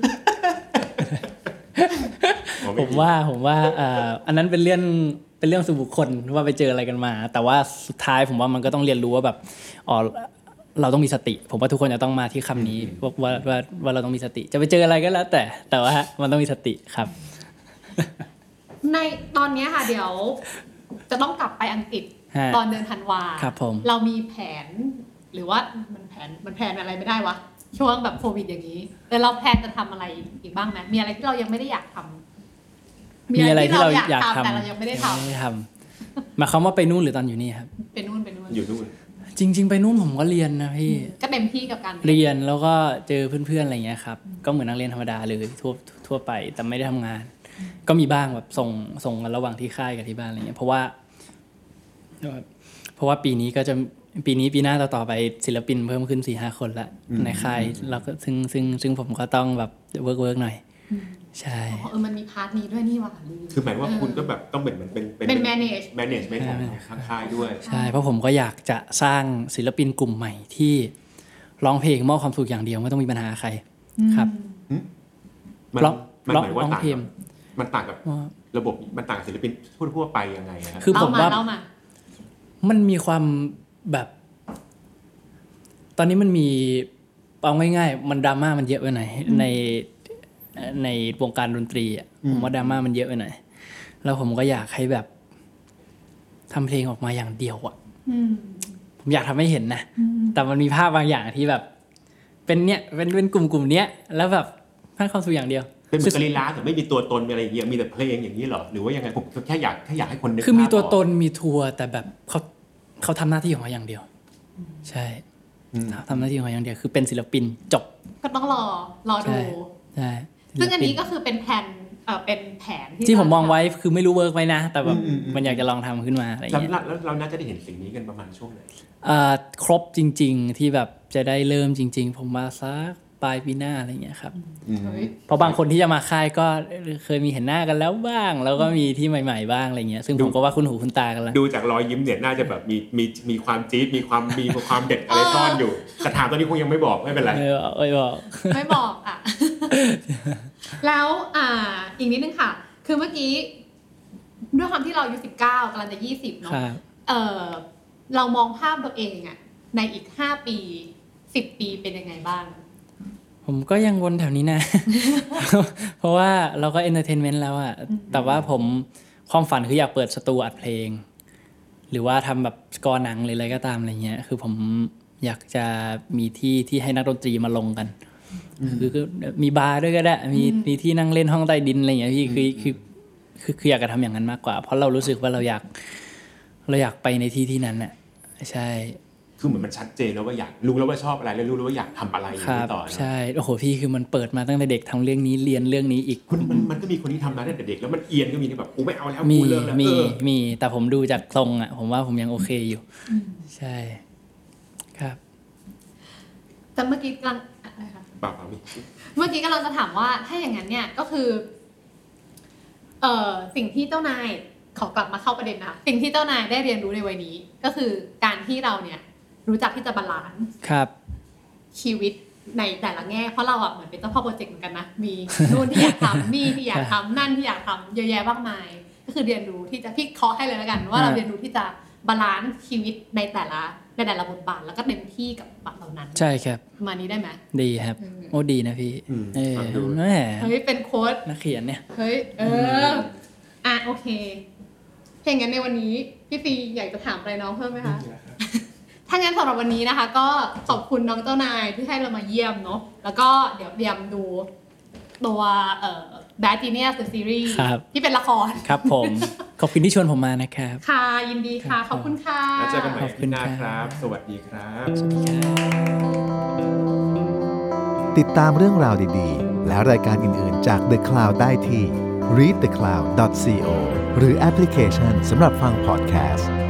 ผมว่าผมว่าอ่าอันนั้นเป็นเรื่องเป็นเรื่องส่วนบุคคลว่าไปเจออะไรกันมาแต่ว่าสุดท้ายผมว่ามันก็ต้องเรียนรู้ว่าแบบอ๋อเราต้องมีสติผมว่าทุกคนจะต้องมาที่คำนี้ว่าว่าว่าว่าเราต้องมีสติจะไปเจออะไรก็แล้วแต่แต่ว่ามันต้องมีสติครับในตอนนี้ค่ะเดี๋ยวจะต้องกลับไปอังกฤษตอนเดือนธันวาครับผมเรามีแผนหรือว่ามันแผนมันแผนอะไรไม่ได้วะช่วงแบบโควิดอย่างนี้แต่เราแพลนจะทำอะไรอีกบ้างไหมมีอะไรที่เรายังไม่ได้อยากทำมีอะไรที่เราอยากทำแต่เรายังไม่ได้ทำหมายความว่าไปนู่นหรือตอนอยู่นี่ครับไปนู่นไปนู่นอยู่นู่นจริงๆไปนู่นผมก็เรียนนะพี่ก็เต็มที่กับการเรียนแล้วก็เจอเพื่อนๆอะไรอย่างเงี้ยครับก็เหมือนนักเรียนธรรมดาเลยทั่วทั่วไปแต่ไม่ได้ทำงานก็มีบ้างแบบส่งส่งกันระหว่างที่ค่ายกับที่บ้านอะไรเงี้ยเพราะว่าเพราะว่าปีนี้ก็จะปีนี้ปีหน้าต่อๆไปศิลปินเพิ่มขึ้น สี่ห้า คนละในค่ายแล้วก็ซึ่งซึ่งซึ่งผมก็ต้องแบบเวิร์กเวิร์กหน่อยใช่อ๋อเออมันมีพาร์ทนี้ด้วยนี่หว่าคือหมายว่าคุณก็แบบต้องเป็นเหมือนเป็นเป็น manage management ของทางค่ายด้วยใช่เพราะผมก็อยากจะสร้างศิลปินกลุ่มใหม่ที่ร้องเพลงมอบความสุขอย่างเดียวไม่ต้องมีปัญหาใครครับมันมันหมายว่าต่างมันต่างกับระบบมันต่างศิลปินทั่วๆไปยังไงครับคือผมว่ามันมีความแบบตอนนี้มันมีเอาง่ายๆมันดราม่ามันเยอะไปหน่อยในในวงการดนตรีอ่ะผมว่าดราม่ามันเยอะไปหน่อยแล้วผมก็อยากให้แบบทำเพลงออกมาอย่างเดียวอ่ะผมอยากทำให้เห็นนะแต่มันมีภาพบางอย่างที่แบบเป็นเนี้ยเป็นเป็นกลุ่มกลุ่มเนี้ยแล้วแบบให้ความสุขอย่างเดียวเป็นเหมือนกะลีลาแต่ไม่มีตัวตนอะไรอย่างเงี้ยมีแต่เพลงอย่างนี้เหรอหรือว่ายังไงผมแค่อยากแค่อยากให้คนนึกคือมีตัวตนมีทัวร์แต่แบบเขาเขาทำหน้าที่ของเขาอย่างเดียวใช่ทำหน้าที่ของเขาอย่างเดียวคือเป็นศิลปินจบก็ต้องรอรอดูใช่ซึ่งอันนี้ก็คือเป็นแผนเอ่อเป็นแผนที่ที่ผมมองไว้คือไม่รู้เวิร์กไหมนะแต่แบบมันอยากจะลองทำขึ้นมาอะไรอย่างเงี้ยแล้วเราน่าจะได้เห็นสิ่งนี้กันประมาณช่วงไหนครบจริงๆที่แบบจะได้เริ่มจริงๆผมมาสักปลายปีหน้าอะไรอย่างเงี้ยครับเพราะบางคนที่จะมาค่ายก็เคยมีเห็นหน้ากันแล้วบ้างแล้วก็มีที่ใหม่ๆบ้างอะไรเงี้ยซึ่งผมก็ว่าคุณหูคุณตากันแล้วดูจากรอยยิ้มเนี่ยน่าจะแบบมีมีมีความจี๊ดมีความมีความเด็ดอะไรซ่อนอยู่แต่ถามตอนนี้คงยังไม่บอกไม่เป็นไรไม่บอกไม่บอกไม่บอกอ่ะแล้วอ่าอีกนิดนึงค่ะคือเมื่อกี้ด้วยความที่เราอายุสิบเก้ากำลังจะยี่สิบเนาะเออเรามองภาพตัวเองอ่ะในอีกห้าปีสิบปีเป็นยังไงบ้างผมก็ยังวนแถวนี้นะ เพราะว่าเราก็เอนเตอร์เทนเมนต์แล้วอะแต่ว่าผมความฝันคืออยากเปิดสตูอัดเพลงหรือว่าทำแบบสกอร์หนังหรืออะไรก็ตามอะไรเงี้ยคือผมอยากจะมีที่ที่ให้นักดนตรีมาลงกันคือมีบาร์ด้วยก็ได้มีมีที่นั่งเล่นห้องใต้ดินอะไรเงี้ยพี่คือคือคือคืออยากจะทำอย่างนั้นมากกว่าเพราะเรารู้สึกว่าเราอยากเราอยากไปในที่ที่นั้นน่ะใช่คือเหมือนมันชัดเจนแล้วว่าอยากรู้แล้วว่าชอบอะไรแล้วรู้แล้วว่าอยากทำอะไรอย่างนี้ต่อใช่โอ้โหพี่คือมันเปิดมาตั้งแต่เด็กทำเรื่องนี้เรียนเรื่องนี้อีกมันมันมันก็มีคนที่ทำมาตั้งแต่เด็กแล้วมันเอียนก็มีที่แบบกูไม่เอาแล้วกูเลิกแล้วมีมีแต่ผมดูจากทรงอ่ะผมว่าผมยังโอเคอยู่ใช่ครับแต่เมื่อกี้กำลังอะไรคะเปล่าๆมีเมื่อกี้กำลังจะถามว่าถ้าอย่างนั้นเนี่ยก็คือเอ่อสิ่งที่เจ้านายขอกลับมาเข้าประเด็นนะคะสิ่งที่เจ้านายได้เรียนรู้ในวัยนี้ก็คือการที่เราเนี่ยรู้จักที่จะบาลานซ์ชีวิตในแต่ละแง่เพราะเราอ่ะเหมือนเป็นเจ้าพ่อโปรเจกต์เหมือนกันนะมีนู่นที่อยากทำนี่ที่อยากทำนั่นที่อยากทำเยอะแยะมากมายก็คือเรียนรู้ที่จะพี่เคาะให้เลยแล้วกันว่าเราเรียนรู้ที่จะบาลานซ์ชีวิตในแต่ละในแต่ละบทบาทแล้วก็เต็มที่กับบทเหล่านั้นใช่ครับมานี้ได้ไหมดีครับโอ้ดีนะพี่เออแหมเฮ้ยเป็นโค้ดนักเขียนเนี่ยเฮ้ยเอออ่ะโอเคเพลงงั้นในวันนี้พี่ซีอยากจะถามอะไรน้องเพิ่มไหมคะถ้างั้นสำหรับวันนี้นะคะก็ขอบคุณน้องเจ้านายที่ให้เรามาเยี่ยมเนาะแล้วก็เดี๋ยวเตรียมดูตัวเอ่อ Bad Genius The Series ที่เป็นละครครับผมขอบคุณที่ชวนผมมานะครับค่ะยินดีค่ะขอบคุณค่ะแล้วเจอกันใหม่ปีหน้าครับสวัสดีครับสวัสดีครับติดตามเรื่องราวดีๆและรายการอื่นๆจาก The Cloud ได้ที่ รีด เดอะ คลาวด์ ดอท ซี โอ หรือแอปพลิเคชันสำหรับฟังพอดแคสต์